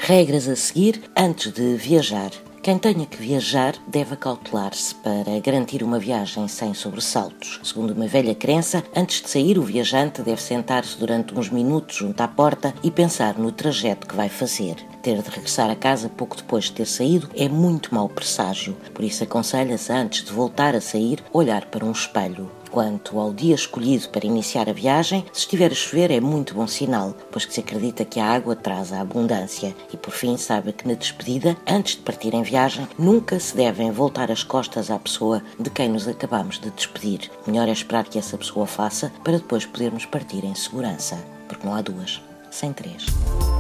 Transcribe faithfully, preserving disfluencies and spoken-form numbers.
Regras a seguir antes de viajar. Quem tenha que viajar deve acautelar-se para garantir uma viagem sem sobressaltos. Segundo uma velha crença, antes de sair o viajante deve sentar-se durante uns minutos junto à porta e pensar no trajeto que vai fazer. Ter de regressar a casa pouco depois de ter saído é muito mau presságio, por isso aconselha-se antes de voltar a sair olhar para um espelho. Quanto ao dia escolhido para iniciar a viagem, se estiver a chover é muito bom sinal, pois que se acredita que a água traz a abundância. E por fim, saiba que na despedida, antes de partir em viagem, nunca se devem voltar as costas à pessoa de quem nos acabamos de despedir. Melhor é esperar que essa pessoa faça para depois podermos partir em segurança, porque não há duas sem três.